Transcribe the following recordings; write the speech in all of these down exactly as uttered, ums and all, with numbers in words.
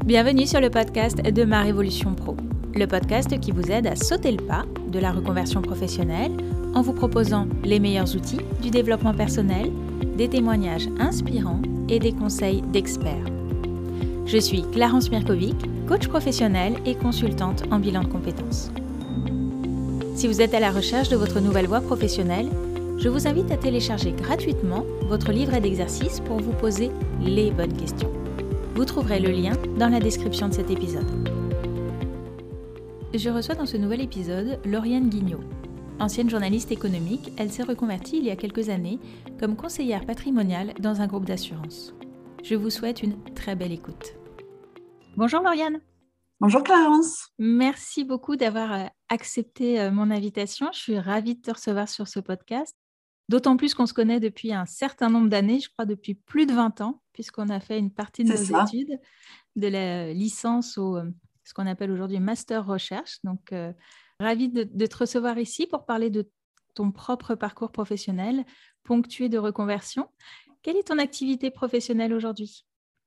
Bienvenue sur le podcast de Ma Révolution Pro, le podcast qui vous aide à sauter le pas de la reconversion professionnelle en vous proposant les meilleurs outils du développement personnel, des témoignages inspirants et des conseils d'experts. Je suis Clarence Mirkovic, coach professionnelle et consultante en bilan de compétences. Si vous êtes à la recherche de votre nouvelle voie professionnelle, je vous invite à télécharger gratuitement votre livret d'exercices pour vous poser les bonnes questions. Vous trouverez le lien dans la description de cet épisode. Je reçois dans ce nouvel épisode Lauriane Guignot. Ancienne journaliste économique, elle s'est reconvertie il y a quelques années comme conseillère patrimoniale dans un groupe d'assurance. Je vous souhaite une très belle écoute. Bonjour Lauriane. Bonjour Clarence. Merci beaucoup d'avoir accepté mon invitation. Je suis ravie de te recevoir sur ce podcast. D'autant plus qu'on se connaît depuis un certain nombre d'années, je crois depuis plus de vingt ans, puisqu'on a fait une partie de C'est nos ça. études, de la licence au ce qu'on appelle aujourd'hui master recherche. Donc, euh, ravie de, de te recevoir ici pour parler de ton propre parcours professionnel, ponctué de reconversion. Quelle est ton activité professionnelle aujourd'hui ?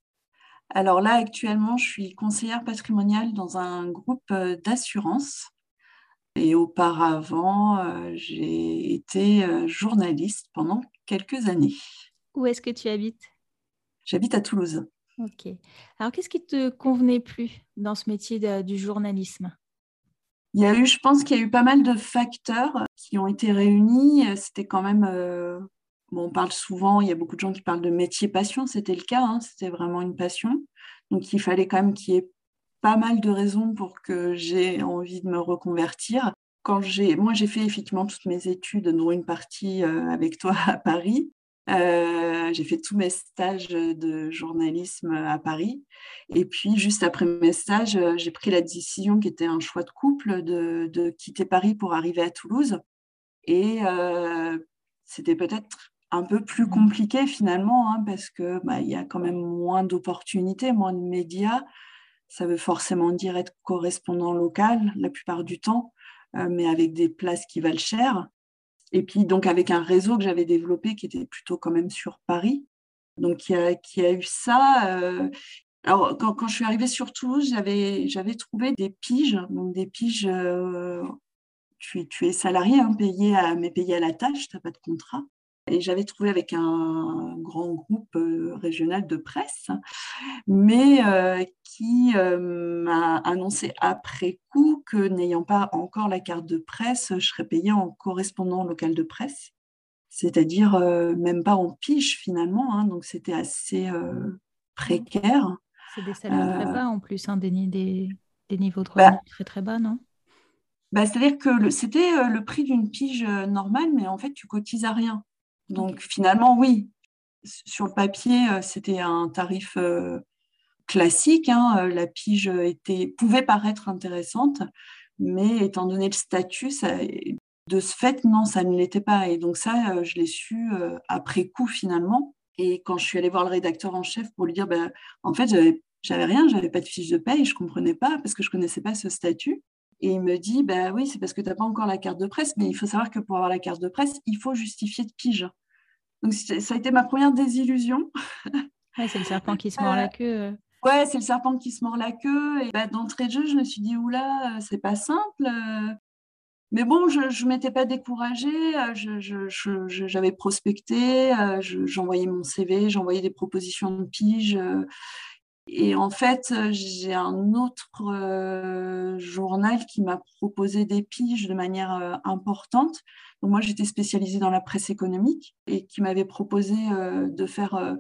Alors là, actuellement, je suis conseillère patrimoniale dans un groupe d'assurance. Et auparavant, euh, j'ai été euh, journaliste pendant quelques années. Où est-ce que tu habites ? J'habite à Toulouse. Ok. Alors, qu'est-ce qui te convenait plus dans ce métier de, du journalisme ? Il y a eu, je pense qu'il y a eu pas mal de facteurs qui ont été réunis. C'était quand même, euh, bon, on parle souvent, il y a beaucoup de gens qui parlent de métier passion, c'était le cas, hein, c'était vraiment une passion. Donc, il fallait quand même qu'il y ait pas mal de raisons pour que j'ai envie de me reconvertir. Quand j'ai, moi, j'ai fait effectivement toutes mes études, dont une partie euh, avec toi à Paris. Euh, j'ai fait tous mes stages de journalisme à Paris. Et puis, juste après mes stages, j'ai pris la décision, qui était un choix de couple, de, de quitter Paris pour arriver à Toulouse. Et euh, c'était peut-être un peu plus compliqué finalement, hein, parce que bah, y a quand même moins d'opportunités, moins de médias. Ça veut forcément dire être correspondant local la plupart du temps, euh, mais avec des places qui valent cher. Et puis donc avec un réseau que j'avais développé qui était plutôt quand même sur Paris. Donc il y a, qui a eu ça. Euh... Alors quand, quand je suis arrivée sur Toulouse, j'avais, j'avais trouvé des piges, donc des piges. Euh... Tu, tu es salarié, hein, payé à, mais payé à la tâche, tu n'as pas de contrat. Et j'avais trouvé avec un grand groupe euh, régional de presse, mais euh, qui euh, m'a annoncé après coup que n'ayant pas encore la carte de presse, je serais payée en correspondant local de presse, c'est-à-dire euh, même pas en pige finalement, hein, donc c'était assez euh, précaire. C'est des salaires euh, très bas en plus, hein, des, des, des niveaux de revenus bah, très très bas, non ? Bah, c'est-à-dire que le, c'était euh, le prix d'une pige euh, normale, mais en fait, tu cotises à rien. Donc, okay. Finalement, oui, sur le papier, euh, c'était un tarif euh, classique. Hein, la pige était, pouvait paraître intéressante, mais étant donné le statut, ça, de ce fait, non, ça ne l'était pas. Et donc ça, euh, je l'ai su euh, après coup, finalement. Et quand je suis allée voir le rédacteur en chef pour lui dire, bah, en fait, j'avais, j'avais rien, j'avais pas de fiche de paye, je ne comprenais pas parce que je ne connaissais pas ce statut. Et il me dit, bah oui, c'est parce que tu n'as pas encore la carte de presse, mais il faut savoir que pour avoir la carte de presse, il faut justifier de pige. Donc, ça a été ma première désillusion. Ouais, c'est le serpent qui se mord euh, la queue. Ouais, c'est le serpent qui se mord la queue. Et bah, d'entrée de jeu, je me suis dit, oula, c'est pas simple. Mais bon, je ne m'étais pas découragée. Je, je, je, j'avais prospecté, je, j'envoyais mon C V, j'envoyais des propositions de pige. Et en fait, j'ai un autre euh, journal qui m'a proposé des piges de manière euh, importante. Donc moi, j'étais spécialisée dans la presse économique et qui m'avait proposé euh, de faire euh,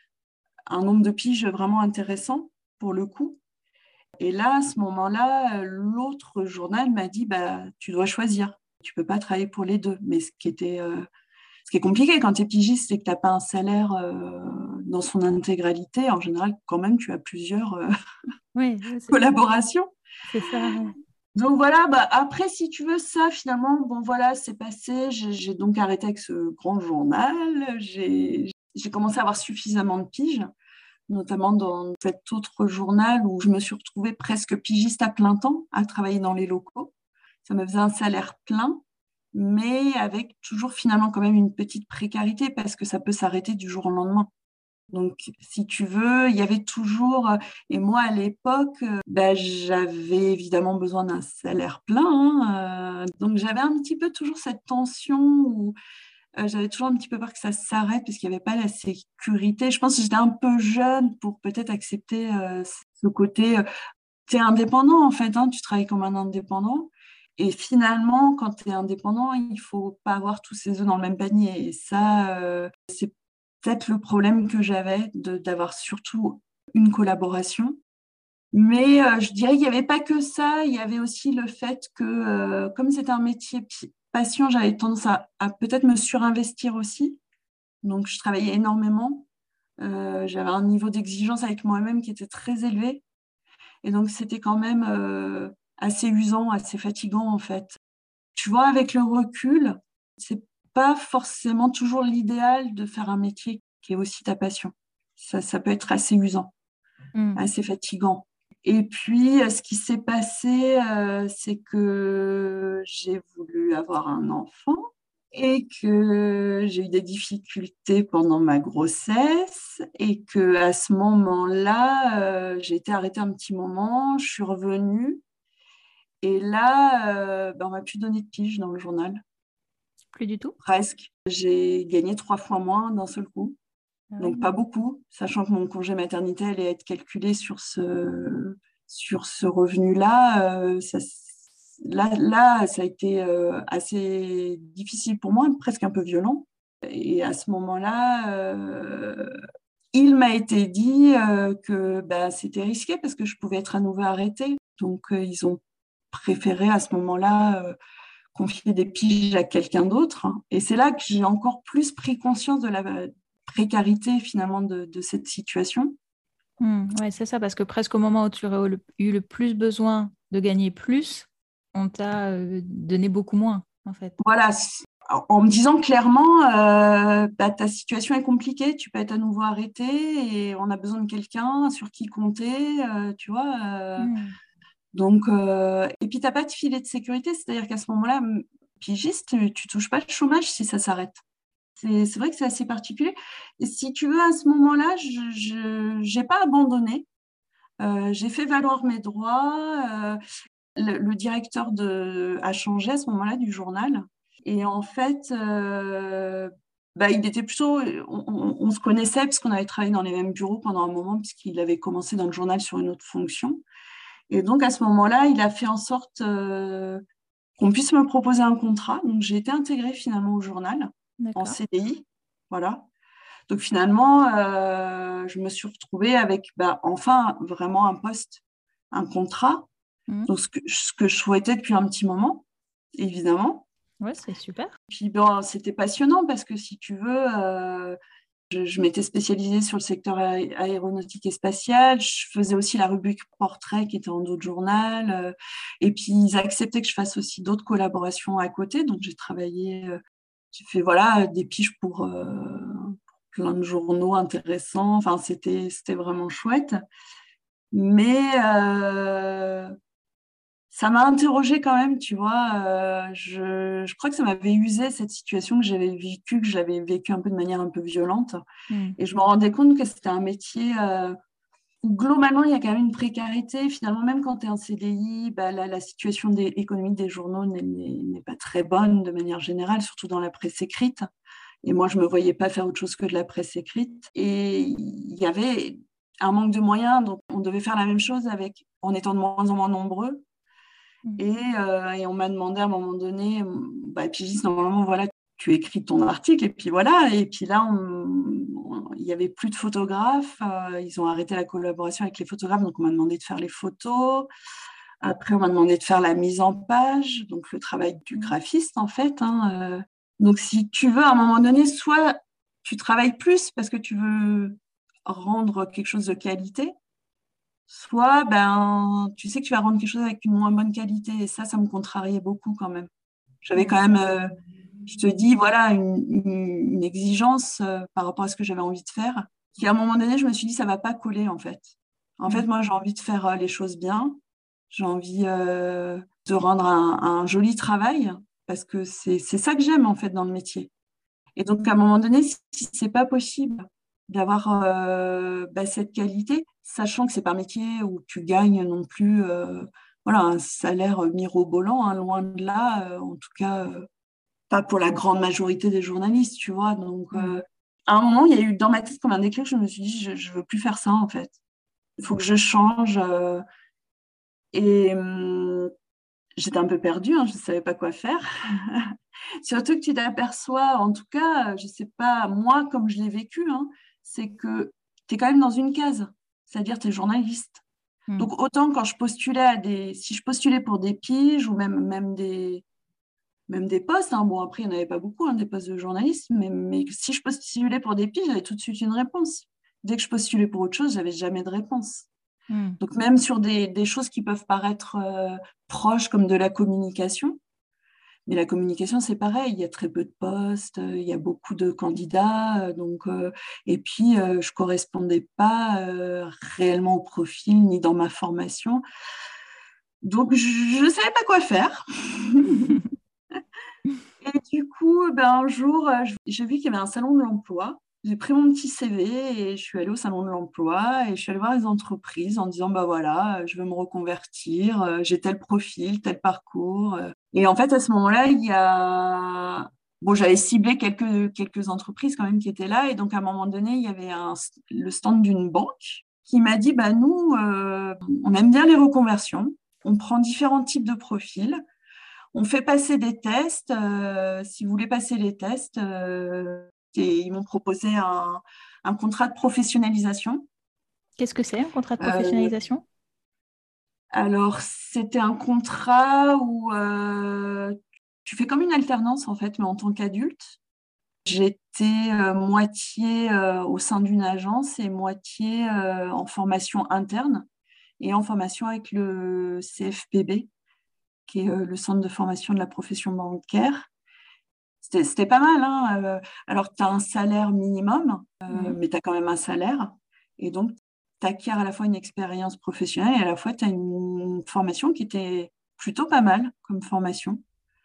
un nombre de piges vraiment intéressant pour le coup. Et là, à ce moment-là, l'autre journal m'a dit bah, « tu dois choisir, tu ne peux pas travailler pour les deux ». Mais ce qui était... Euh, Ce qui est compliqué quand tu es pigiste, c'est que tu n'as pas un salaire euh, dans son intégralité. En général, quand même, tu as plusieurs euh, oui, c'est collaborations. C'est ça, ouais. Donc voilà, bah, après, si tu veux ça, finalement, bon voilà, c'est passé. J'ai, j'ai donc arrêté avec ce grand journal. J'ai, j'ai commencé à avoir suffisamment de piges, notamment dans cet autre journal où je me suis retrouvée presque pigiste à plein temps, à travailler dans les locaux. Ça me faisait un salaire plein, mais avec toujours finalement quand même une petite précarité parce que ça peut s'arrêter du jour au lendemain. Donc, si tu veux, il y avait toujours… Et moi, à l'époque, euh, ben, j'avais évidemment besoin d'un salaire plein. Hein, euh, donc, j'avais un petit peu toujours cette tension où euh, j'avais toujours un petit peu peur que ça s'arrête parce qu'il n'y avait pas la sécurité. Je pense que j'étais un peu jeune pour peut-être accepter euh, ce côté… Tu es indépendant, en fait. Hein, tu travailles comme un indépendant. Et finalement, quand tu es indépendant, il ne faut pas avoir tous ses œufs dans le même panier. Et ça, euh, c'est peut-être le problème que j'avais de, d'avoir surtout une collaboration. Mais euh, je dirais qu'il n'y avait pas que ça, il y avait aussi le fait que, euh, comme c'était un métier passion, j'avais tendance à, à peut-être me surinvestir aussi. Donc, je travaillais énormément. Euh, j'avais un niveau d'exigence avec moi-même qui était très élevé. Et donc, c'était quand même euh, assez usant, assez fatigant, en fait. Tu vois, avec le recul, c'est pas forcément toujours l'idéal de faire un métier qui est aussi ta passion. Ça, ça peut être assez usant, Mm. assez fatigant. Et puis, ce qui s'est passé, euh, c'est que j'ai voulu avoir un enfant et que j'ai eu des difficultés pendant ma grossesse et que à ce moment-là, euh, j'ai été arrêtée un petit moment, je suis revenue et là, euh, ben, on m'a plus donné de pige dans le journal. Plus du tout? Presque. J'ai gagné trois fois moins d'un seul coup. Ah Donc, oui. pas beaucoup, sachant que mon congé maternité allait être calculé sur ce, sur ce revenu-là. Euh, ça, là, là, ça a été euh, assez difficile pour moi, presque un peu violent. Et à ce moment-là, euh, il m'a été dit euh, que bah, c'était risqué parce que je pouvais être à nouveau arrêtée. Donc, euh, ils ont préféré à ce moment-là euh, confier des piges à quelqu'un d'autre. Et c'est là que j'ai encore plus pris conscience de la précarité finalement de, de cette situation. Mm. Ouais, c'est ça, parce que presque au moment où tu aurais eu le, eu le plus besoin de gagner plus, on t'a euh, donné beaucoup moins, en fait. Voilà, en me disant clairement, euh, bah, ta situation est compliquée, tu peux être à nouveau arrêté et on a besoin de quelqu'un sur qui compter, euh, tu vois. Euh, Mm. donc, euh, et puis, tu n'as pas de filet de sécurité, c'est-à-dire qu'à ce moment-là, pigiste, tu ne touches pas le chômage si ça s'arrête. C'est, c'est vrai que c'est assez particulier. Et si tu veux, à ce moment-là, je n'ai pas abandonné. Euh, j'ai fait valoir mes droits. Euh, le, le directeur de, a changé à ce moment-là du journal. Et en fait, euh, bah, il était plutôt. On, on, on, se connaissait parce qu'on avait travaillé dans les mêmes bureaux pendant un moment, puisqu'il avait commencé dans le journal sur une autre fonction. Et donc, à ce moment-là, il a fait en sorte euh, qu'on puisse me proposer un contrat. Donc, j'ai été intégrée finalement au journal en D'accord. C D I. Voilà. Donc, finalement, euh, je me suis retrouvée avec bah, enfin vraiment un poste, un contrat. Mm. Donc, ce que, ce que je souhaitais depuis un petit moment, évidemment. Ouais, c'est super. Puis, bon, c'était passionnant parce que si tu veux, euh, je, je m'étais spécialisée sur le secteur aé- aéronautique et spatial. Je faisais aussi la rubrique portrait qui était en dos de journal. euh, et puis, ils acceptaient que je fasse aussi d'autres collaborations à côté. Donc, j'ai travaillé, euh, j'ai fait voilà, des piges pour, euh, pour plein de journaux intéressants. Enfin, c'était, c'était vraiment chouette. Mais euh, ça m'a interrogée quand même, tu vois. Euh, je, je crois que ça m'avait usé cette situation que j'avais vécue, que j'avais vécue un peu de manière un peu violente. Mm. Et je me rendais compte que c'était un métier euh, où globalement, il y a quand même une précarité. Finalement, même quand tu es en C D I, bah, la, la situation des, économique des journaux n'est, n'est, n'est pas très bonne de manière générale, surtout dans la presse écrite. Et moi, je ne me voyais pas faire autre chose que de la presse écrite. Et il y avait un manque de moyens, donc on devait faire la même chose avec, en étant de moins en moins nombreux. Mm. Et, euh, et on m'a demandé à un moment donné, bah, pigiste, normalement, voilà, tu écris ton article, et puis voilà. Et puis là, on- on- il n'y avait plus de photographes. Euh, ils ont arrêté la collaboration avec les photographes, donc on m'a demandé de faire les photos. Après, on m'a demandé de faire la mise en page, donc le travail du Mm. graphiste, en fait. Hein. Euh, donc, si tu veux, à un moment donné, soit tu travailles plus parce que tu veux rendre quelque chose de qualité, soit ben, tu sais que tu vas rendre quelque chose avec une moins bonne qualité. Et ça, ça me contrariait beaucoup quand même. J'avais Mm. quand même, euh, je te dis, voilà, une, une- une exigence euh, par rapport à ce que j'avais envie de faire, qui à un moment donné, je me suis dit, ça va pas coller en fait. En fait, Mm. moi, j'ai envie de faire euh, les choses bien. J'ai envie euh, de rendre un, un joli travail parce que c'est c'est ça que j'aime en fait dans le métier. Et donc, à un moment donné, si c'est pas possible d'avoir euh, bah, cette qualité, sachant que c'est pas un métier où tu gagnes non plus euh, voilà, un salaire mirobolant, hein, loin de là, euh, en tout cas, euh, pas pour la grande majorité des journalistes, tu vois. Donc, Mm. euh, à un moment, il y a eu dans ma tête comme un déclic, je me suis dit, je ne veux plus faire ça, en fait. Il faut que je change. euh, et hum, j'étais un peu perdue, hein, je ne savais pas quoi faire. Surtout que tu t'aperçois, en tout cas, je ne sais pas, moi, comme je l'ai vécu, hein, c'est que tu es quand même dans une case, c'est-à-dire tu es journaliste. Mm. Donc, autant quand je postulais à des. Si je postulais pour des piges ou même, même, des, même des postes, hein, bon, après, il n'y en avait pas beaucoup, hein, des postes de journaliste, mais, mais si je postulais pour des piges, j'avais tout de suite une réponse. Dès que je postulais pour autre chose, j'avais jamais de réponse. Mm. Donc, même sur des, des choses qui peuvent paraître euh, proches, comme de la communication, mais la communication, c'est pareil, il y a très peu de postes, euh, il y a beaucoup de candidats, euh, donc, euh, et puis euh, je ne correspondais pas euh, réellement au profil ni dans ma formation. Donc, je ne savais pas quoi faire. Et du coup, ben, un jour, euh, j'ai vu qu'il y avait un salon de l'emploi. J'ai pris mon petit C V et je suis allée au salon de l'emploi et je suis allée voir les entreprises en disant, bah voilà, je veux me reconvertir, euh, j'ai tel profil, tel parcours. euh. Et en fait, à ce moment-là, il y a... Bon, j'avais ciblé quelques, quelques entreprises quand même qui étaient là. Et donc, à un moment donné, il y avait un, le stand d'une banque qui m'a dit, bah nous, euh, on aime bien les reconversions. On prend différents types de profils. On fait passer des tests. Euh, si vous voulez passer les tests, euh, et ils m'ont proposé un, un contrat de professionnalisation. Qu'est-ce que c'est un contrat de Euh, professionnalisation? alors, c'était un contrat où euh, tu fais comme une alternance, en fait, mais en tant qu'adulte. J'étais euh, moitié euh, au sein d'une agence et moitié euh, en formation interne et en formation avec le C F P B, qui est euh, le centre de formation de la profession bancaire. C'était, c'était pas mal, hein. Euh, alors, tu as un salaire minimum, euh, Mm. mais tu as quand même un salaire. Et donc, tu acquiers à la fois une expérience professionnelle et à la fois, tu as une formation qui était plutôt pas mal comme formation.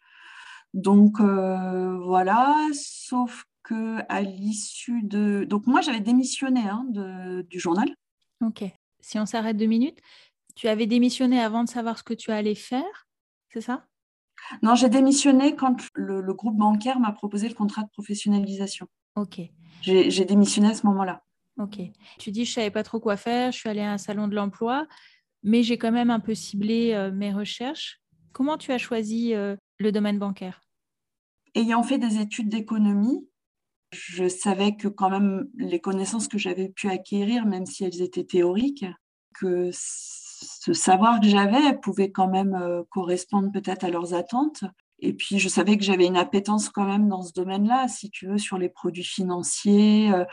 Donc, euh, voilà, sauf que à l'issue de... Donc, moi, j'avais démissionné hein, de, du journal. Ok. Si on s'arrête deux minutes, tu avais démissionné avant de savoir ce que tu allais faire, c'est ça? Non, j'ai démissionné quand le, le groupe bancaire m'a proposé le contrat de professionnalisation. Ok. J'ai, j'ai démissionné à ce moment-là. Ok. Tu dis, je savais pas trop quoi faire, je suis allée à un salon de l'emploi, mais j'ai quand même un peu ciblé euh, mes recherches. Comment tu as choisi euh, le domaine bancaire? Ayant fait des études d'économie, je savais que quand même les connaissances que j'avais pu acquérir, même si elles étaient théoriques, que ce savoir que j'avais pouvait quand même euh, correspondre peut-être à leurs attentes. Et puis, je savais que j'avais une appétence quand même dans ce domaine-là, si tu veux, sur les produits financiers. euh,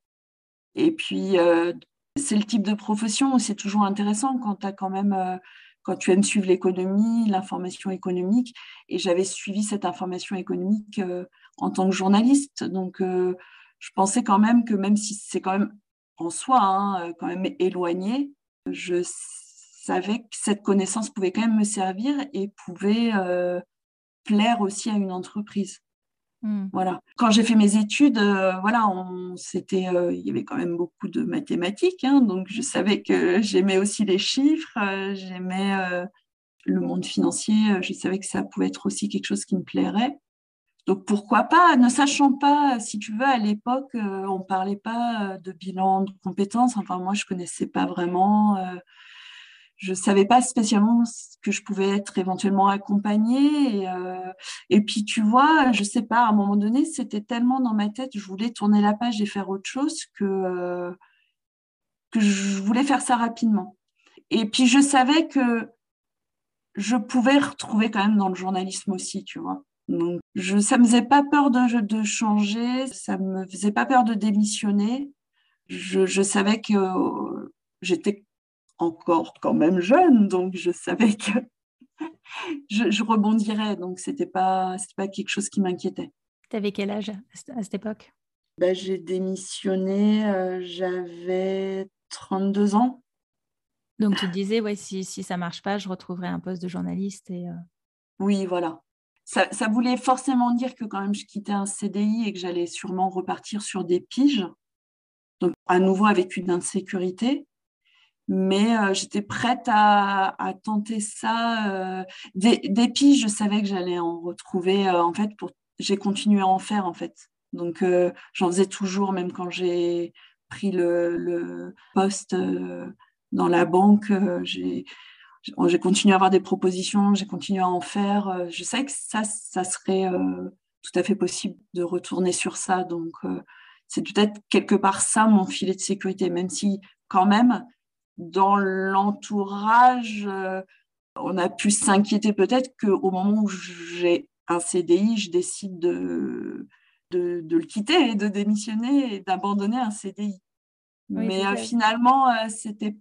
et puis, euh, c'est le type de profession où c'est toujours intéressant quand tu as quand même, euh, quand tu aimes suivre l'économie, l'information économique. Et j'avais suivi cette information économique euh, en tant que journaliste. Donc, euh, je pensais quand même que même si c'est quand même en soi, hein, euh, quand même éloigné, je savais que cette connaissance pouvait quand même me servir et pouvait euh, plaire aussi à une entreprise. Hmm. Voilà. Quand j'ai fait mes études, euh, voilà, on, c'était, euh, il y avait quand même beaucoup de mathématiques, hein, donc je savais que j'aimais aussi les chiffres, euh, j'aimais euh, le monde financier, euh, je savais que ça pouvait être aussi quelque chose qui me plairait. Donc pourquoi pas, ne sachant pas, si tu veux, à l'époque, euh, on ne parlait pas euh, de bilan de compétences, enfin moi je ne connaissais pas vraiment. Euh, je ne savais pas spécialement que je pouvais être éventuellement accompagnée. Et, euh, et puis, tu vois, je ne sais pas, à un moment donné, c'était tellement dans ma tête, je voulais tourner la page et faire autre chose que, euh, que je voulais faire ça rapidement. Et puis, je savais que je pouvais retrouver quand même dans le journalisme aussi, tu vois. Donc, je, ça ne me faisait pas peur de, de changer, ça ne me faisait pas peur de démissionner. Je, je savais que euh, j'étais encore quand même jeune, donc je savais que je, je rebondirais, donc c'était pas, c'était pas quelque chose qui m'inquiétait. Tu avais quel âge à cette à cette époque? Ben, j'ai démissionné, euh, j'avais trente-deux ans. Donc tu te disais, ouais, si, si ça marche pas, je retrouverai un poste de journaliste. Et, euh, Oui, voilà. Ça, ça voulait forcément dire que quand même je quittais un C D I et que j'allais sûrement repartir sur des piges. Donc, à nouveau avec une insécurité. Mais euh, j'étais prête à, à tenter ça. Euh, des, des piges, je savais que j'allais en retrouver. Euh, en fait, pour, j'ai continué à en faire, en fait. Donc, euh, j'en faisais toujours, même quand j'ai pris le, le poste euh, dans la banque. Euh, j'ai, j'ai continué à avoir des propositions, j'ai continué à en faire. Euh, je sais que ça, ça serait euh, tout à fait possible de retourner sur ça. Donc, euh, c'est peut-être quelque part ça, mon filet de sécurité, même si quand même, dans l'entourage, euh, on a pu s'inquiéter peut-être qu'au moment où j'ai un C D I, je décide de, de, de le quitter et de démissionner et d'abandonner un C D I. Oui, c'est Mais euh, ça. finalement, euh, c'était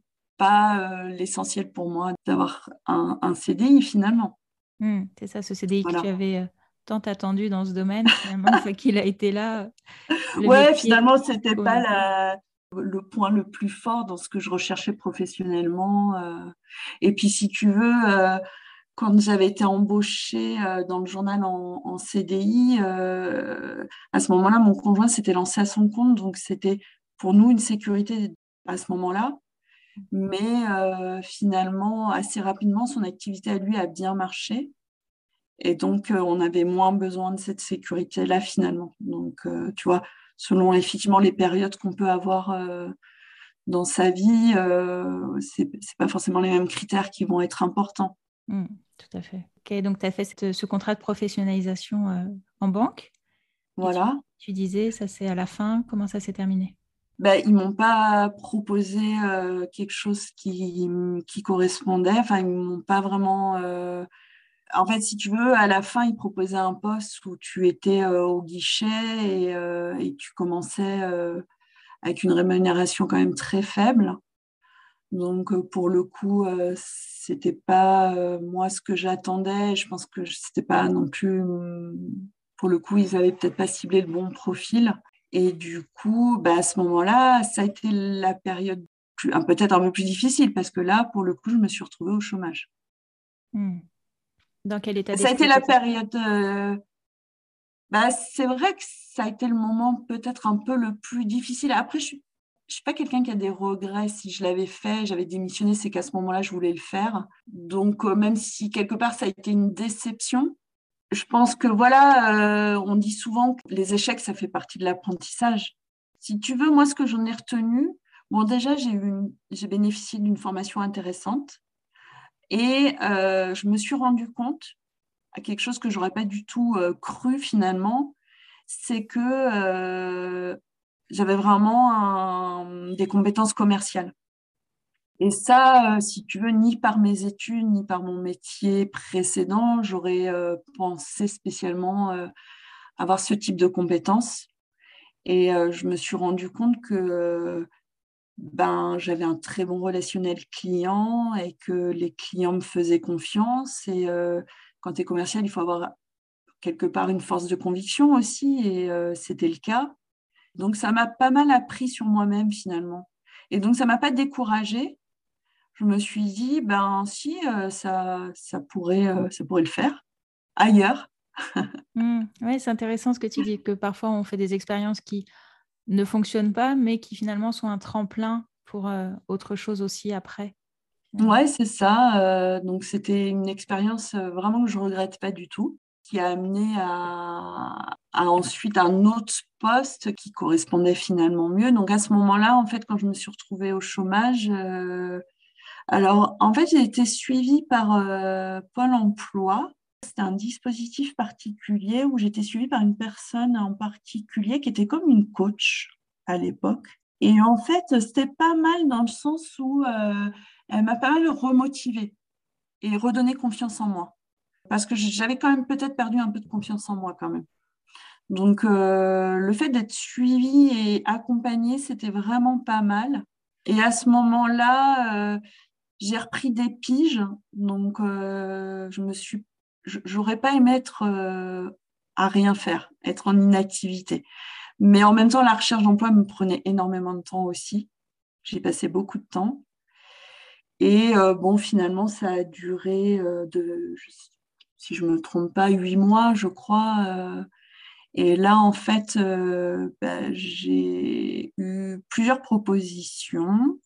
pas euh, l'essentiel pour moi d'avoir un, un C D I finalement. Hmm, c'est ça, ce C D I que tu Voilà. avais euh, tant attendu dans ce domaine, finalement, une fois qu'il a été là, le Ouais, métier finalement, c'était pas correspond. la, le point le plus fort dans ce que je recherchais professionnellement. euh. Et puis, si tu veux, euh, quand j'avais été embauchée euh, dans le journal en, en C D I, euh, à ce moment-là, mon conjoint s'était lancé à son compte, donc c'était pour nous une sécurité à ce moment-là. Mais euh, finalement, assez rapidement, son activité à lui a bien marché. Et donc, euh, on avait moins besoin de cette sécurité-là finalement. Donc, euh, tu vois, selon effectivement les périodes qu'on peut avoir euh, dans sa vie, euh, c'est c'est pas forcément les mêmes critères qui vont être importants. Hmm, tout à fait. Ok, donc tu as fait cette- ce contrat de professionnalisation euh, en banque et tu, Voilà. tu disais, ça c'est à la fin, comment ça s'est terminé? Ben, ils m'ont pas proposé euh, quelque chose qui, qui correspondait. Enfin, ils m'ont pas vraiment. euh, En fait, si tu veux, à la fin, ils proposaient un poste où tu étais euh, au guichet et, euh, et tu commençais euh, avec une rémunération quand même très faible. Donc, euh, pour le coup, euh, c'était pas euh, moi ce que j'attendais. Je pense que c'était pas non plus. hum, Pour le coup, ils avaient peut-être pas ciblé le bon profil. Et du coup, bah, à ce moment-là, ça a été la période plus- un- peut-être un peu plus difficile parce que là, pour le coup, je me suis retrouvée au chômage. Hmm. Dans quel état Ça a été d'esprit la t'étais? période. euh, bah, c'est vrai que ça a été le moment peut-être un peu le plus difficile. Après, je suis, je suis pas quelqu'un qui a des regrets. Si je l'avais fait, j'avais démissionné, c'est qu'à ce moment-là, je voulais le faire. Donc, euh, même si quelque part ça a été une déception, je pense que voilà, euh, on dit souvent que les échecs, ça fait partie de l'apprentissage. Si tu veux, moi, ce que j'en ai retenu, bon, déjà, j'ai eu une- j'ai bénéficié d'une formation intéressante et euh, je me suis rendu compte à quelque chose que j'aurais pas du tout euh, cru finalement, c'est que euh, j'avais vraiment un- des compétences commerciales. Et ça, euh, si tu veux, ni par mes études, ni par mon métier précédent, j'aurais euh, pensé spécialement euh, avoir ce type de compétences. Et euh, je me suis rendu compte que euh, ben, j'avais un très bon relationnel client et que les clients me faisaient confiance. Et euh, quand tu es commercial, il faut avoir quelque part une force de conviction aussi. Et euh, c'était le cas. Donc, ça m'a pas mal appris sur moi-même finalement. Et donc, ça m'a pas découragée. Je me suis dit, ben si, euh, ça, ça pourrait, euh, ça pourrait le faire ailleurs. Hmm. Oui, c'est intéressant ce que tu dis, que parfois on fait des expériences qui ne fonctionnent pas, mais qui finalement sont un tremplin pour euh, autre chose aussi après, finalement. Ouais, c'est ça. Euh, donc, c'était une expérience euh, vraiment que je regrette pas du tout, qui a amené à, à ensuite un autre poste qui correspondait finalement mieux. Donc, à ce moment-là, en fait, quand je me suis retrouvée au chômage, euh, alors, en fait, j'ai été suivie par euh, Pôle emploi. C'était un dispositif particulier où j'étais suivie par une personne en particulier qui était comme une coach à l'époque. Et en fait, c'était pas mal dans le sens où euh, elle m'a pas mal remotivée et redonné confiance en moi. Parce que j'avais quand même peut-être perdu un peu de confiance en moi quand même. Donc, euh, le fait d'être suivie et accompagnée, c'était vraiment pas mal. Et à ce moment-là, euh, j'ai repris des piges, donc euh, je me suis, je- j'aurais pas aimé être euh, à rien faire, être en inactivité. Mais en même temps, la recherche d'emploi me prenait énormément de temps aussi. J'y passais beaucoup de temps. Et euh, bon, finalement, ça a duré euh, de, je- si je me trompe pas, huit mois, je crois. euh, Et là, en fait, euh, bah, j'ai eu plusieurs propositions,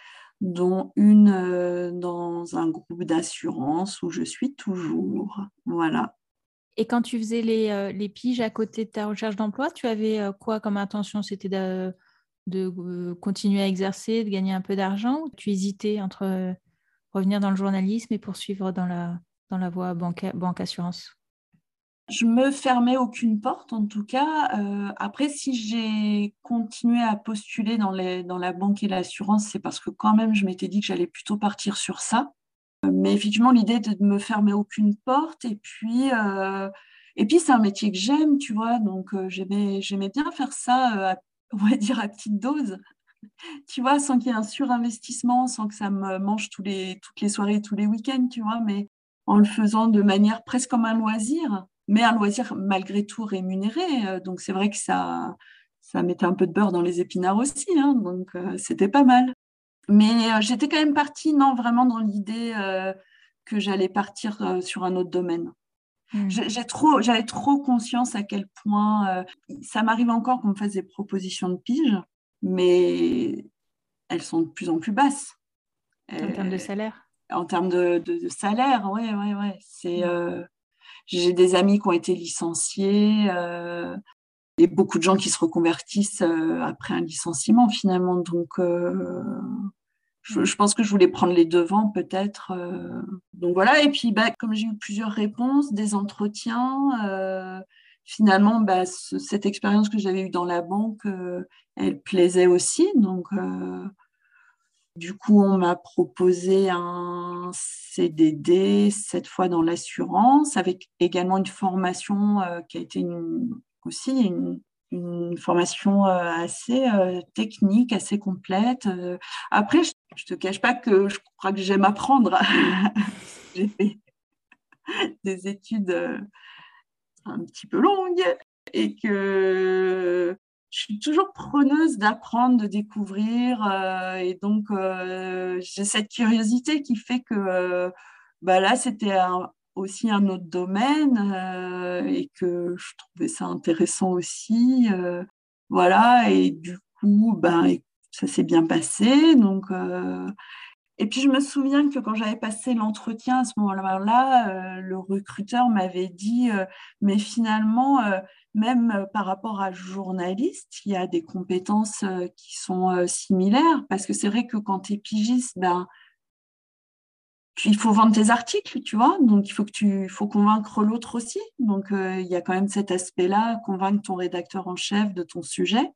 dont une euh, dans un groupe d'assurance où je suis toujours. Voilà. Et quand tu faisais les, euh, les piges à côté de ta recherche d'emploi, tu avais euh, quoi comme intention? C'était de, de euh, continuer à exercer, de gagner un peu d'argent ou tu hésitais entre euh, revenir dans le journalisme et poursuivre dans la, dans la voie banque, banque assurance? Je me fermais aucune porte, en tout cas. Euh, après, si j'ai continué à postuler dans les, dans la banque et l'assurance, c'est parce que quand même, je m'étais dit que j'allais plutôt partir sur ça. Mais effectivement, l'idée était de me fermer aucune porte. Et puis, euh, et puis c'est un métier que j'aime, tu vois. Donc, euh, j'aimais, j'aimais bien faire ça, euh, à- on va dire, à petite dose, tu vois, sans qu'il y ait un surinvestissement, sans que ça me mange tous les, toutes les soirées, tous les week-ends, tu vois, mais en le faisant de manière presque comme un loisir, mais un loisir malgré tout rémunéré. Euh, Donc, c'est vrai que ça, ça mettait un peu de beurre dans les épinards aussi, hein, donc euh, c'était pas mal. Mais euh, j'étais quand même partie, non, vraiment dans l'idée euh, que j'allais partir euh, sur un autre domaine. Hmm. J'ai, j'ai trop, j'avais trop conscience à quel point euh, ça m'arrive encore qu'on me fasse des propositions de pige, mais elles sont de plus en plus basses. En termes de Euh, salaire? en termes de, de- de salaire, ouais, ouais, ouais. C'est, Hmm. euh, j'ai des amis qui ont été licenciés euh, et beaucoup de gens qui se reconvertissent euh, après un licenciement finalement. Donc, euh, je, Hmm. je pense que je voulais prendre les devants peut-être. euh. Donc voilà. Et puis, bah, comme j'ai eu plusieurs réponses, des entretiens, euh, finalement, bah, ce- cette expérience que j'avais eue dans la banque, euh, elle plaisait aussi. Donc, euh, du coup, on m'a proposé un C D D, cette fois dans l'assurance, avec également une formation euh, qui a été une- aussi une, une formation euh, assez euh, technique, assez complète. Euh, après, je ne te cache pas que je crois que j'aime apprendre. J'ai fait des études euh, un petit peu longues et que je suis toujours preneuse d'apprendre, de découvrir. Euh, et donc, euh, j'ai cette curiosité qui fait que euh, bah là, c'était un- aussi un autre domaine euh, et que je trouvais ça intéressant aussi. Euh, voilà, et du coup, ben, ça s'est bien passé. Donc, euh, et puis, je me souviens que quand j'avais passé l'entretien à ce moment-là, euh, le recruteur m'avait dit, euh, mais finalement, euh, même euh, par rapport à journaliste, il y a des compétences euh, qui sont euh, similaires, parce que c'est vrai que quand tu es pigiste, ben, tu- il faut vendre tes articles, tu vois, donc il faut que tu, il faut convaincre l'autre aussi. Donc, euh, il y a quand même cet aspect-là, convaincre ton rédacteur en chef de ton sujet.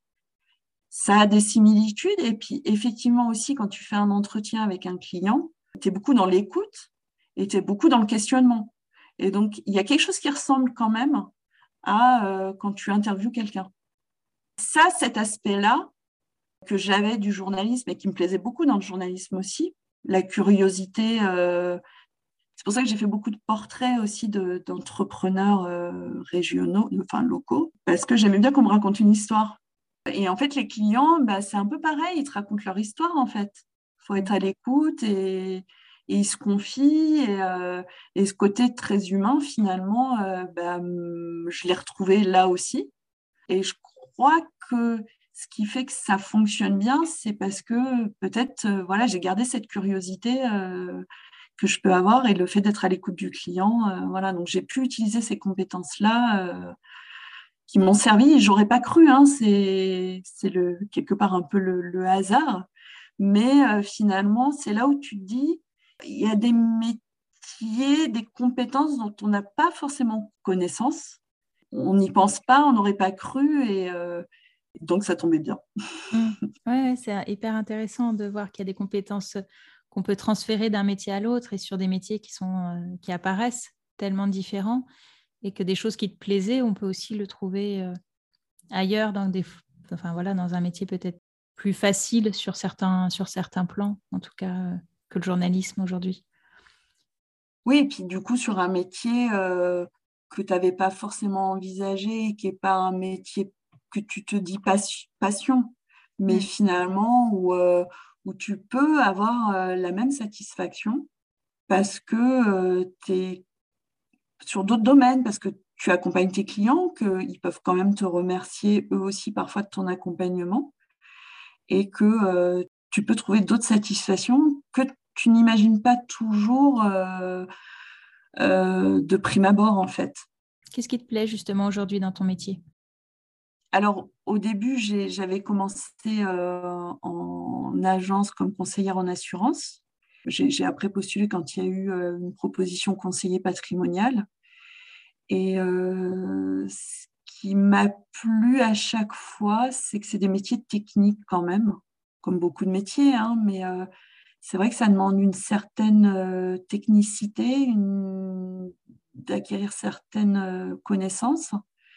Ça a des similitudes. Et puis, effectivement, aussi, quand tu fais un entretien avec un client, tu es beaucoup dans l'écoute et tu es beaucoup dans le questionnement. Et donc, il y a quelque chose qui ressemble quand même à euh, quand tu interviews quelqu'un. Ça, cet aspect-là que j'avais du journalisme et qui me plaisait beaucoup dans le journalisme aussi, la curiosité. Euh, c'est pour ça que j'ai fait beaucoup de portraits aussi de, d'entrepreneurs euh, régionaux, enfin locaux, parce que j'aimais bien qu'on me raconte une histoire. Et en fait, les clients, bah, c'est un peu pareil, ils te racontent leur histoire en fait. Il faut être Hmm. à l'écoute et, et ils se confient. Et, euh, et ce côté très humain, finalement, euh, bah, hum, je l'ai retrouvé là aussi. Et je crois que ce qui fait que ça fonctionne bien, c'est parce que peut-être, euh, voilà, j'ai gardé cette curiosité euh, que je peux avoir et le fait d'être à l'écoute du client. Euh, voilà, donc j'ai pu utiliser ces compétences-là. Euh, qui m'ont servi. J'aurais pas cru, hein, c'est c'est le quelque part un peu le, le hasard, mais euh, finalement c'est là où tu te dis il y a des métiers, des compétences dont on n'a pas forcément connaissance, on n'y pense pas, on n'aurait pas cru et euh, donc ça tombait bien. Hmm. Ouais, ouais, c'est hyper intéressant de voir qu'il y a des compétences qu'on peut transférer d'un métier à l'autre et sur des métiers qui sont, euh, qui apparaissent tellement différents et que des choses qui te plaisaient, on peut aussi le trouver euh, ailleurs dans des, enfin voilà, dans un métier peut-être plus facile sur certains, sur certains plans, en tout cas euh, que le journalisme aujourd'hui. Oui, et puis du coup sur un métier euh, que tu n'avais pas forcément envisagé, qui n'est pas un métier que tu te dis pas- passion, mais Mm. finalement où, euh, où tu peux avoir euh, la même satisfaction parce que tu es sur d'autres domaines, parce que tu accompagnes tes clients, qu'ils peuvent quand même te remercier eux aussi parfois de ton accompagnement et que euh, tu peux trouver d'autres satisfactions que tu n'imagines pas toujours euh, euh, de prime abord, en fait. Qu'est-ce qui te plaît justement aujourd'hui dans ton métier? Alors, au début, j'ai, j'avais commencé euh, en agence comme conseillère en assurance. J'ai, j'ai après postulé quand il y a eu euh, une proposition conseiller patrimonial. Et euh, ce qui m'a plu à chaque fois, c'est que c'est des métiers techniques quand même, comme beaucoup de métiers, hein, mais euh, c'est vrai que ça demande une certaine euh, technicité, une- d'acquérir certaines euh, connaissances.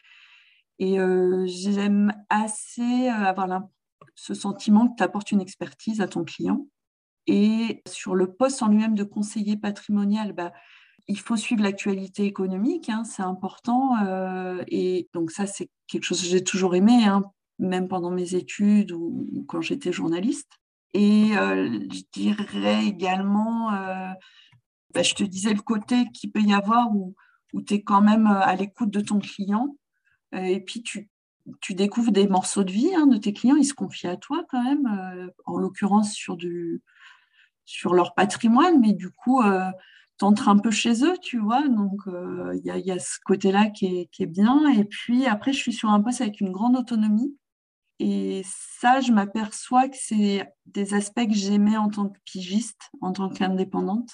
Et euh, j'aime assez euh, avoir l'im- ce sentiment que tu apportes une expertise à ton client. Et sur le poste en lui-même de conseiller patrimonial, bah, il faut suivre l'actualité économique, hein, c'est important. Euh, et donc ça, c'est quelque chose que j'ai toujours aimé, hein, même pendant mes études ou, ou quand j'étais journaliste. Et euh, je dirais également, euh, bah, je te disais le côté qu'il peut y avoir où, où tu es quand même à l'écoute de ton client. Euh, et puis tu, tu découvres des morceaux de vie, hein, de tes clients, ils se confient à toi quand même, euh, en l'occurrence sur du sur leur patrimoine, mais du coup, euh, tu entres un peu chez eux, tu vois. Donc, il euh, y, a, y a ce côté-là qui est, qui est bien. Et puis, après, je suis sur un poste avec une grande autonomie. Et ça, je m'aperçois que c'est des aspects que j'aimais en tant que pigiste, en tant qu'indépendante.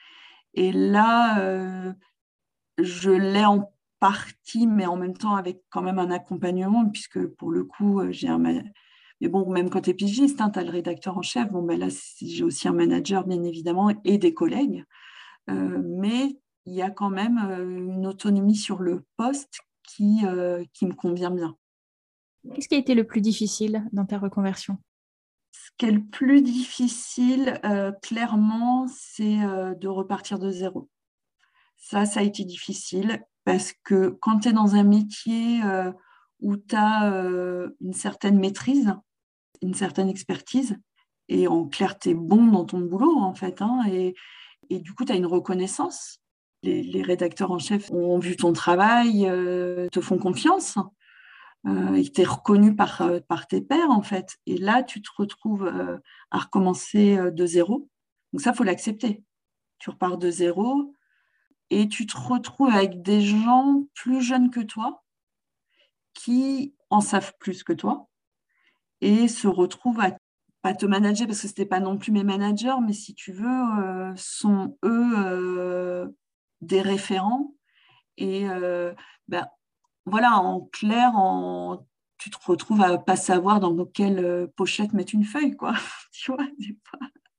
Et là, euh, je l'ai en partie, mais en même temps avec quand même un accompagnement, puisque pour le coup, j'ai un... Mais bon, même quand tu es pigiste, hein, tu as le rédacteur en chef. Bon, ben là, j'ai aussi un manager, bien évidemment, et des collègues. Euh, mais il y a quand même euh, une autonomie sur le poste qui, euh, qui me convient bien. Qu'est-ce qui a été le plus difficile dans ta reconversion? Ce qui est le plus difficile, euh, clairement, c'est euh, de repartir de zéro. Ça, ça a été difficile parce que quand tu es dans un métier euh, où tu as euh, une certaine maîtrise, une certaine expertise, et en clair, tu es bon dans ton boulot, en fait, hein, et, et du coup, tu as une reconnaissance. Les, les rédacteurs en chef ont vu ton travail, euh, te font confiance, euh, et tu es reconnu par, euh, par tes pairs, en fait. Et là, tu te retrouves euh, à recommencer euh, de zéro. Donc ça, il faut l'accepter. Tu repars de zéro et tu te retrouves avec des gens plus jeunes que toi qui en savent plus que toi et se retrouvent à pas te manager parce que ce n'était pas non plus mes managers, mais si tu veux, euh, sont eux euh, des référents. Et euh, ben, voilà, en clair, en, tu te retrouves à pas savoir dans quelle euh, pochette mettre une feuille, quoi. Tu vois, des fois.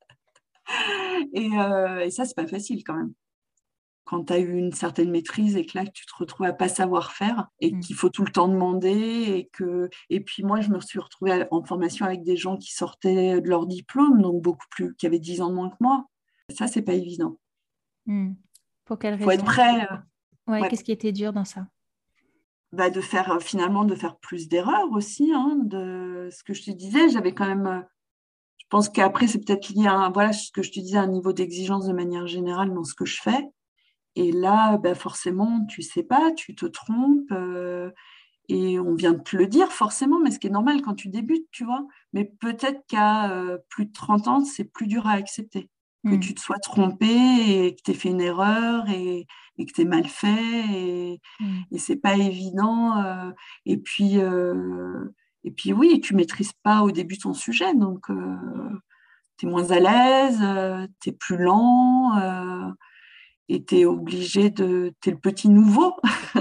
Et, euh, et ça, c'est pas facile quand même. Quand tu as eu une certaine maîtrise et que là, tu te retrouves à pas savoir faire et Mm. qu'il faut tout le temps demander. Et, que... et puis moi, je me suis retrouvée en formation avec des gens qui sortaient de leur diplôme, donc beaucoup plus, qui avaient dix ans de moins que moi. Ça, c'est pas évident. Mm. Pour quelle Il faut être raison? prêt. euh, Ouais, ouais, qu'est-ce qui était dur dans ça? bah, de faire euh, finalement de faire plus d'erreurs aussi. Hein, de ce que je te disais, j'avais quand même. euh, Je pense qu'après, c'est peut-être lié à un- voilà ce que je te disais, un niveau d'exigence de manière générale dans ce que je fais. Et là, bah, forcément, tu sais pas, tu te trompes. euh, Et on vient de te le dire forcément, mais ce qui est normal quand tu débutes, tu vois. Mais peut-être qu'à euh, plus de trente ans, c'est plus dur à accepter. Que Mm. tu te sois trompé et que tu aies fait une erreur et, et que tu aies mal fait. Et, Mm. et c'est pas évident. euh, et, puis, euh, et puis oui, tu maîtrises pas au début ton sujet. Donc, euh, tu es moins à l'aise, tu es plus lent euh, et tu es obligé de... Tu es le petit nouveau.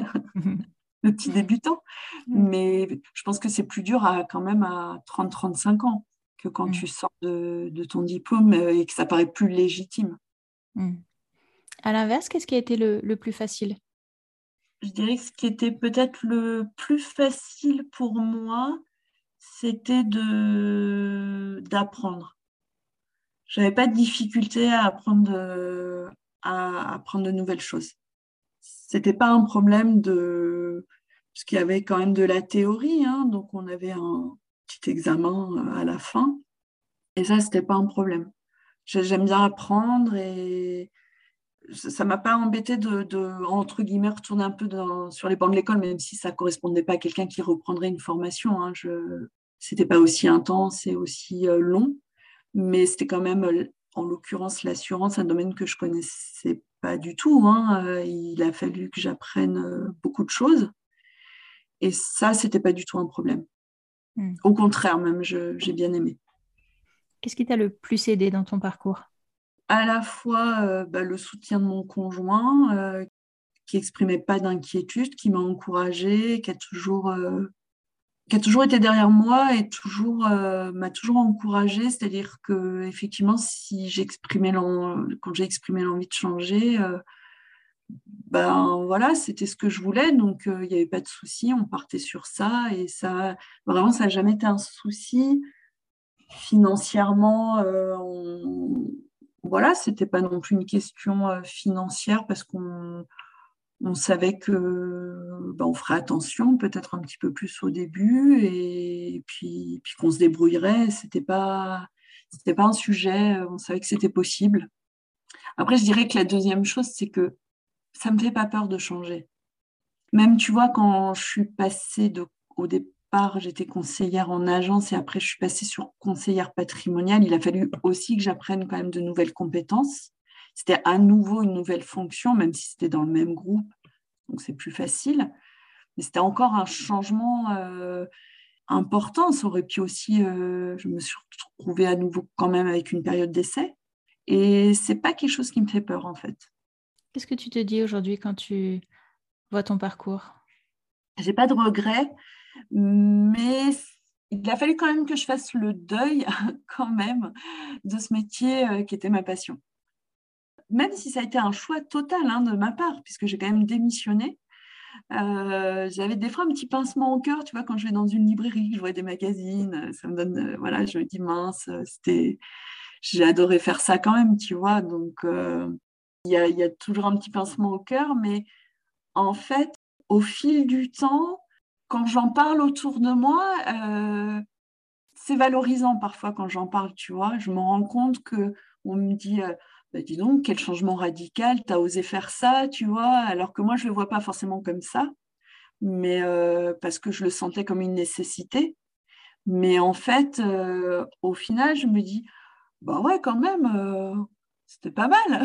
Le petit débutant. Ouais. Mais je pense que c'est plus dur à, quand même à trente trente-cinq ans que quand Mm. tu sors de, de ton diplôme euh, et que ça paraît plus légitime. Mm. À l'inverse, qu'est-ce qui a été le, le plus facile? Je dirais que ce qui était peut-être le plus facile pour moi, c'était de d'apprendre. Je n'avais pas de difficulté à apprendre de, à apprendre de nouvelles choses. C'était pas un problème de... Parce qu'il y avait quand même de la théorie, hein, donc on avait un petit examen euh, à la fin. Et ça, c'était pas un problème. J'aime bien apprendre et ça ne m'a pas embêté de, de, entre guillemets, retourner un peu dans, sur les bancs de l'école, même si ça ne correspondait pas à quelqu'un qui reprendrait une formation. Hein. Je, c'était pas aussi intense et aussi euh, long, mais c'était quand même, en l'occurrence, l'assurance, un domaine que je connaissais pas du tout. Hein. Euh, il a fallu que j'apprenne euh, beaucoup de choses. Et ça, c'était pas du tout un problème. Mm. Au contraire, même, je, j'ai bien aimé. Qu'est-ce qui t'a le plus aidé dans ton parcours? À la fois euh, bah, le soutien de mon conjoint, euh, qui exprimait pas d'inquiétude, qui m'a encouragée, qui a toujours, euh, qui a toujours été derrière moi et toujours, euh, m'a toujours encouragée. C'est-à-dire que effectivement, si j'exprimais l'en- quand j'ai exprimé l'envie de changer, euh, ben voilà, c'était ce que je voulais, donc euh, il n'y avait pas de souci, on partait sur ça et ça, vraiment, ça n'a jamais été un souci financièrement. Euh, on- Voilà, c'était pas non plus une question euh, financière parce qu'on on savait que ben, on ferait attention, peut-être un petit peu plus au début, et puis, puis qu'on se débrouillerait. C'était pas, c'était pas un sujet. On savait que c'était possible. Après, je dirais que la deuxième chose, c'est que ça me fait pas peur de changer. Même, tu vois, quand je suis passée de, au départ, j'étais conseillère en agence et après, je suis passée sur conseillère patrimoniale. Il a fallu aussi que j'apprenne quand même de nouvelles compétences. C'était à nouveau une nouvelle fonction, même si c'était dans le même groupe, donc c'est plus facile. Mais c'était encore un changement euh, important. Ça aurait pu aussi, euh, je me suis retrouvée à nouveau quand même avec une période d'essai. Et c'est pas quelque chose qui me fait peur, en fait. Qu'est-ce que tu te dis aujourd'hui quand tu vois ton parcours? J'ai pas de regrets, mais il a fallu quand même que je fasse le deuil, quand même, de ce métier euh, qui était ma passion. Même si ça a été un choix total hein, de ma part, puisque j'ai quand même démissionné. Euh, j'avais des fois un petit pincement au cœur, tu vois, quand je vais dans une librairie, je vois des magazines, ça me donne, euh, voilà, je me dis mince, c'était, j'ai adoré faire ça quand même, tu vois, donc euh, il y a, il y a toujours un petit pincement au cœur, mais en fait, au fil du temps, quand j'en parle autour de moi, euh, c'est valorisant parfois quand j'en parle, tu vois, je me rends compte que on me dit, euh, bah, dis donc, quel changement radical, t'as osé faire ça, tu vois, alors que moi, je le vois pas forcément comme ça mais euh, parce que je le sentais comme une nécessité. Mais en fait, euh, au final, je me dis, bah ouais, quand même, euh, c'était pas mal.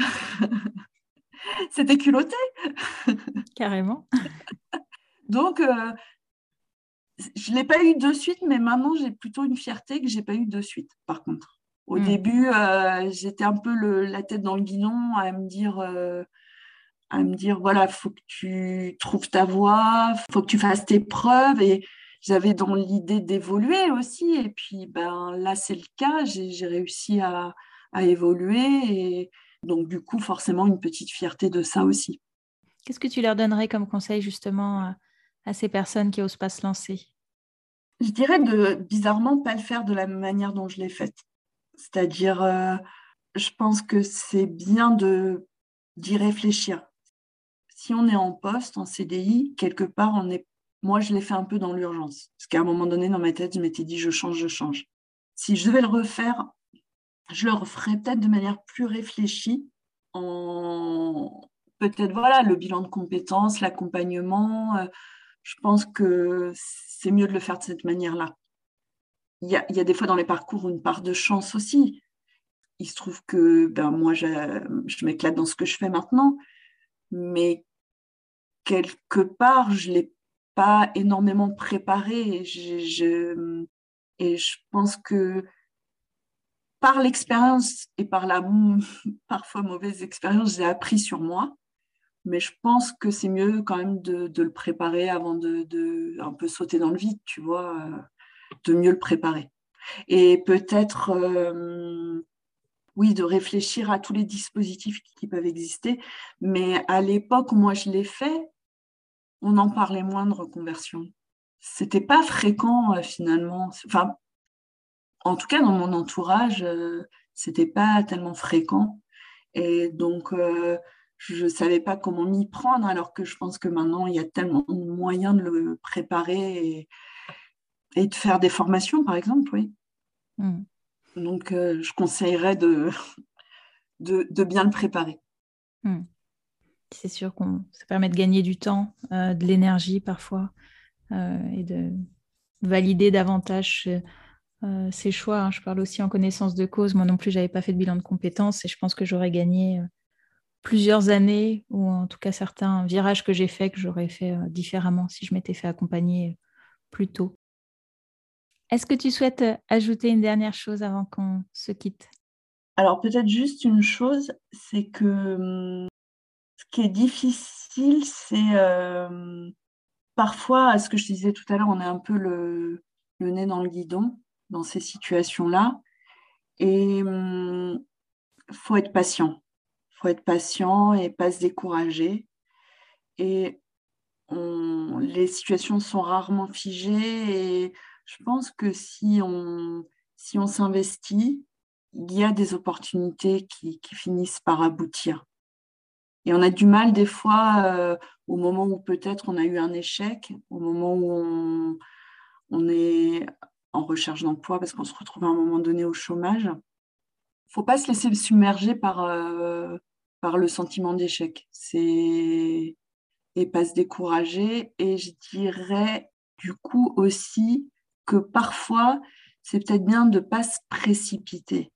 C'était culotté. Carrément. Donc, euh, je ne l'ai pas eu de suite, mais maintenant, j'ai plutôt une fierté que je n'ai pas eu de suite, par contre. Au Mm. début, euh, j'étais un peu le, la tête dans le guidon à me dire, euh, à me dire, voilà, faut que tu trouves ta voie, faut que tu fasses tes preuves. Et j'avais dans l'idée d'évoluer aussi. Et puis, ben, là, c'est le cas. J'ai, j'ai réussi à, à évoluer. Et donc, du coup, forcément, une petite fierté de ça aussi. Qu'est-ce que tu leur donnerais comme conseil justement à, à ces personnes qui n'osent pas se lancer? Je dirais de, bizarrement, pas le faire de la manière dont je l'ai faite. C'est-à-dire, euh, je pense que c'est bien de, d'y réfléchir. Si on est en poste, en C D I, quelque part, on est. Moi, je l'ai fait un peu dans l'urgence. Parce qu'à un moment donné, dans ma tête, je m'étais dit, je change, je change. Si je devais le refaire, je le referais peut-être de manière plus réfléchie, en peut-être, voilà, le bilan de compétences, l'accompagnement. euh, Je pense que c'est mieux de le faire de cette manière-là. Il y a, il y a des fois dans les parcours une part de chance aussi. Il se trouve que ben, moi, je, je m'éclate dans ce que je fais maintenant, mais quelque part, je ne l'ai pas énormément préparé et je, je, et je pense que par l'expérience et par la parfois mauvaise expérience, j'ai appris sur moi. Mais je pense que c'est mieux quand même de, de le préparer avant de, de un peu sauter dans le vide, tu vois, euh, de mieux le préparer. Et peut-être, euh, oui, de réfléchir à tous les dispositifs qui, qui peuvent exister. Mais à l'époque où moi je l'ai fait, on en parlait moins de reconversion. C'était pas fréquent euh, finalement. Enfin, en tout cas dans mon entourage, euh, c'était pas tellement fréquent. Et donc, euh, je ne savais pas comment m'y prendre, alors que je pense que maintenant, il y a tellement de moyens de le préparer et, et de faire des formations, par exemple, oui. Mm. Donc, euh, je conseillerais de, de, de bien le préparer. Hmm. C'est sûr que ça permet de gagner du temps, euh, de l'énergie parfois, euh, et de valider davantage euh, ses choix. Hein. Je parle aussi en connaissance de cause. Moi non plus, je n'avais pas fait de bilan de compétences et je pense que j'aurais gagné euh, plusieurs années, ou en tout cas certains virages que j'ai faits que j'aurais fait euh, différemment si je m'étais fait accompagner plus tôt. Est-ce que tu souhaites ajouter une dernière chose avant qu'on se quitte? Alors peut-être juste une chose, c'est que ce qui est difficile, c'est euh, parfois, ce que je disais tout à l'heure, on est un peu le, le nez dans le guidon dans ces situations-là. Et il faut être patient. Il faut être patient et pas se décourager. Et on, les situations sont rarement figées. Et je pense que si on, si on s'investit, il y a des opportunités qui, qui finissent par aboutir. Et on a du mal des fois, euh, au moment où peut-être on a eu un échec, au moment où on, on est en recherche d'emploi parce qu'on se retrouve à un moment donné au chômage. Il ne faut pas se laisser submerger par, euh, par le sentiment d'échec. C'est... Et pas se décourager. Et je dirais du coup aussi que parfois, c'est peut-être bien de ne pas se précipiter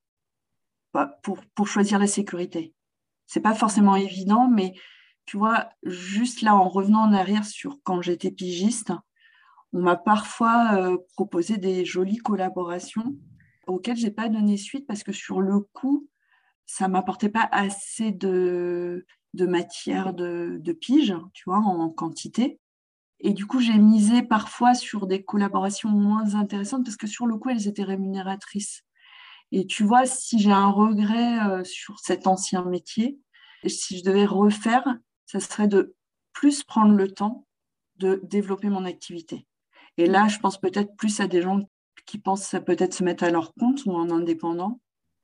pour, pour choisir la sécurité. C'est pas forcément évident, mais tu vois, juste là, en revenant en arrière sur quand j'étais pigiste, on m'a parfois euh, proposé des jolies collaborations auxquelles j'ai pas donné suite parce que sur le coup, ça m'apportait pas assez de, de matière de, de pige, tu vois, en quantité. Et du coup, j'ai misé parfois sur des collaborations moins intéressantes parce que sur le coup, elles étaient rémunératrices. Et tu vois, si j'ai un regret euh, sur cet ancien métier, si je devais refaire, ça serait de plus prendre le temps de développer mon activité. Et là, je pense peut-être plus à des gens qui pensent à peut-être se mettre à leur compte ou en indépendant.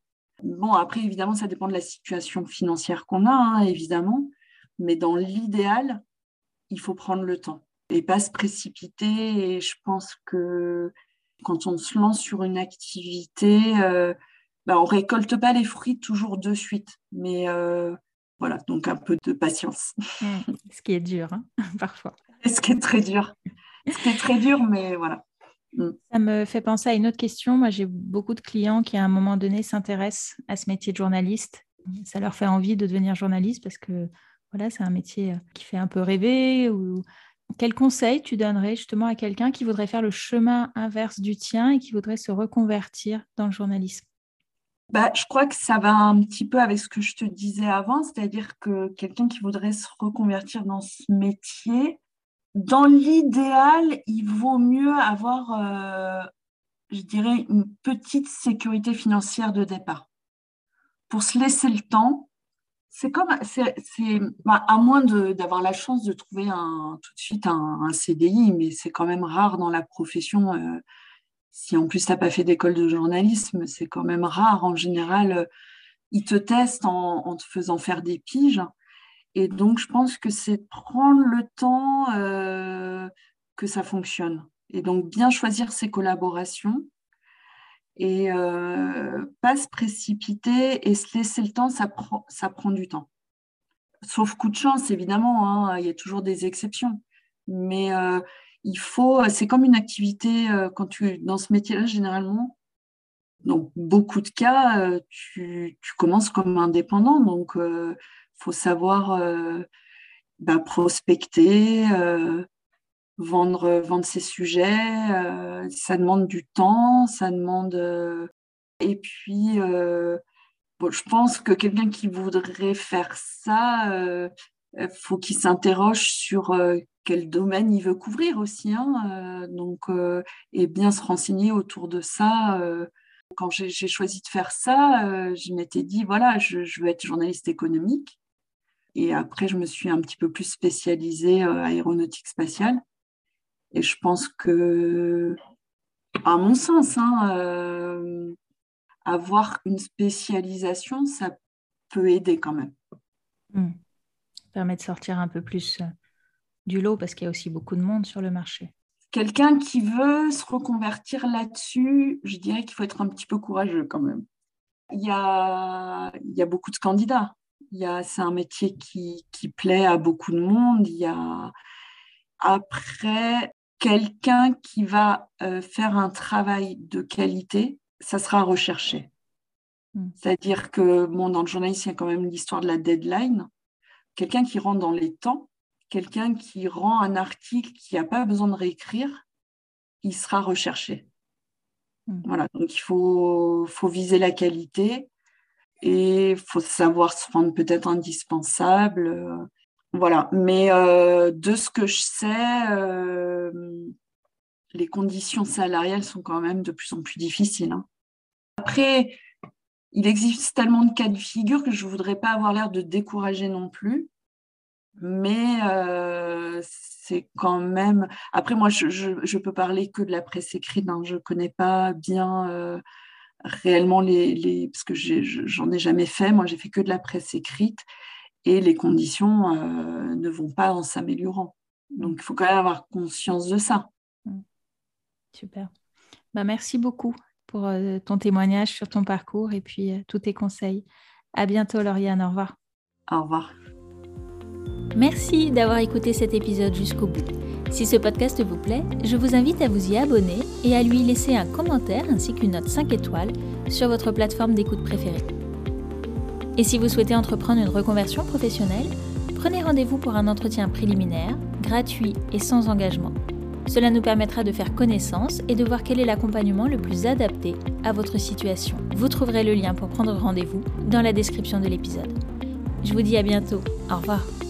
Bon, après, évidemment, ça dépend de la situation financière qu'on a, hein, évidemment. Mais dans l'idéal, il faut prendre le temps et pas se précipiter. Et je pense que quand on se lance sur une activité, euh, bah, on ne récolte pas les fruits toujours de suite. Mais euh, voilà, donc un peu de patience. Mmh. Ce qui est dur, hein, parfois. Ce qui est très dur. Ce qui est très dur, mais voilà. Mm. Ça me fait penser à une autre question. Moi, j'ai beaucoup de clients qui, à un moment donné, s'intéressent à ce métier de journaliste. Ça leur fait envie de devenir journaliste parce que voilà, c'est un métier qui fait un peu rêver. Ou... Quel conseil tu donnerais justement à quelqu'un qui voudrait faire le chemin inverse du tien et qui voudrait se reconvertir dans le journalisme? Bah, je crois que ça va un petit peu avec ce que je te disais avant, c'est-à-dire que quelqu'un qui voudrait se reconvertir dans ce métier, dans l'idéal, il vaut mieux avoir, euh, je dirais, une petite sécurité financière de départ. Pour se laisser le temps, c'est comme, c'est, c'est, bah, à moins de, d'avoir la chance de trouver un, tout de suite un, un C D I, mais c'est quand même rare dans la profession. Euh, si en plus tu n'as pas fait d'école de journalisme, c'est quand même rare. En général, euh, ils te testent en, en te faisant faire des piges. Et donc, je pense que c'est prendre le temps euh, que ça fonctionne. Et donc, bien choisir ses collaborations et euh, pas se précipiter et se laisser le temps, ça prend, ça prend du temps. Sauf coup de chance, évidemment, hein, il y a toujours des exceptions. Mais euh, il faut, c'est comme une activité, euh, quand tu, dans ce métier-là, généralement, dans beaucoup de cas, euh, tu, tu commences comme indépendant. Donc, il euh, faut savoir euh, bah, prospecter, euh, vendre, vendre ses sujets. Euh, ça demande du temps, ça demande. Euh, et puis, euh, bon, je pense que quelqu'un qui voudrait faire ça, euh, faut qu'il s'interroge sur euh, quel domaine il veut couvrir aussi, hein, euh, donc, euh, et bien se renseigner autour de ça. Euh, quand j'ai, j'ai choisi de faire ça, euh, je m'étais dit, voilà, je, je veux être journaliste économique. Et après, je me suis un petit peu plus spécialisée euh, aéronautique spatiale. Et je pense que, à mon sens, hein, euh, avoir une spécialisation, ça peut aider quand même. Mmh. Ça permet de sortir un peu plus euh, du lot parce qu'il y a aussi beaucoup de monde sur le marché. Quelqu'un qui veut se reconvertir là-dessus, je dirais qu'il faut être un petit peu courageux quand même. Il y a, il y a beaucoup de candidats. Il y a, c'est un métier qui, qui plaît à beaucoup de monde. Il y a après quelqu'un qui va euh, faire un travail de qualité, ça sera recherché. Mm. C'est-à-dire que bon, dans le journalisme, il y a quand même l'histoire de la deadline. Quelqu'un qui rentre dans les temps, quelqu'un qui rend un article qui n'a pas besoin de réécrire, il sera recherché. Mmh. Voilà, donc il faut, faut viser la qualité et il faut savoir se rendre peut-être indispensable. Euh, voilà, mais euh, de ce que je sais, euh, les conditions salariales sont quand même de plus en plus difficiles. Hein. Après, il existe tellement de cas de figure que je ne voudrais pas avoir l'air de décourager non plus. Mais euh, c'est quand même... Après, moi, je, je, je peux parler que de la presse écrite. Hein. Je ne connais pas bien euh, réellement les... les... Parce que j'ai, j'en ai jamais fait. Moi, j'ai fait que de la presse écrite. Et les conditions euh, ne vont pas en s'améliorant. Donc, il faut quand même avoir conscience de ça. Super. Bah, merci beaucoup pour euh, ton témoignage sur ton parcours et puis euh, tous tes conseils. À bientôt, Lauriane. Au revoir. Au revoir. Merci d'avoir écouté cet épisode jusqu'au bout. Si ce podcast vous plaît, je vous invite à vous y abonner et à lui laisser un commentaire ainsi qu'une note cinq étoiles sur votre plateforme d'écoute préférée. Et si vous souhaitez entreprendre une reconversion professionnelle, prenez rendez-vous pour un entretien préliminaire, gratuit et sans engagement. Cela nous permettra de faire connaissance et de voir quel est l'accompagnement le plus adapté à votre situation. Vous trouverez le lien pour prendre rendez-vous dans la description de l'épisode. Je vous dis à bientôt. Au revoir.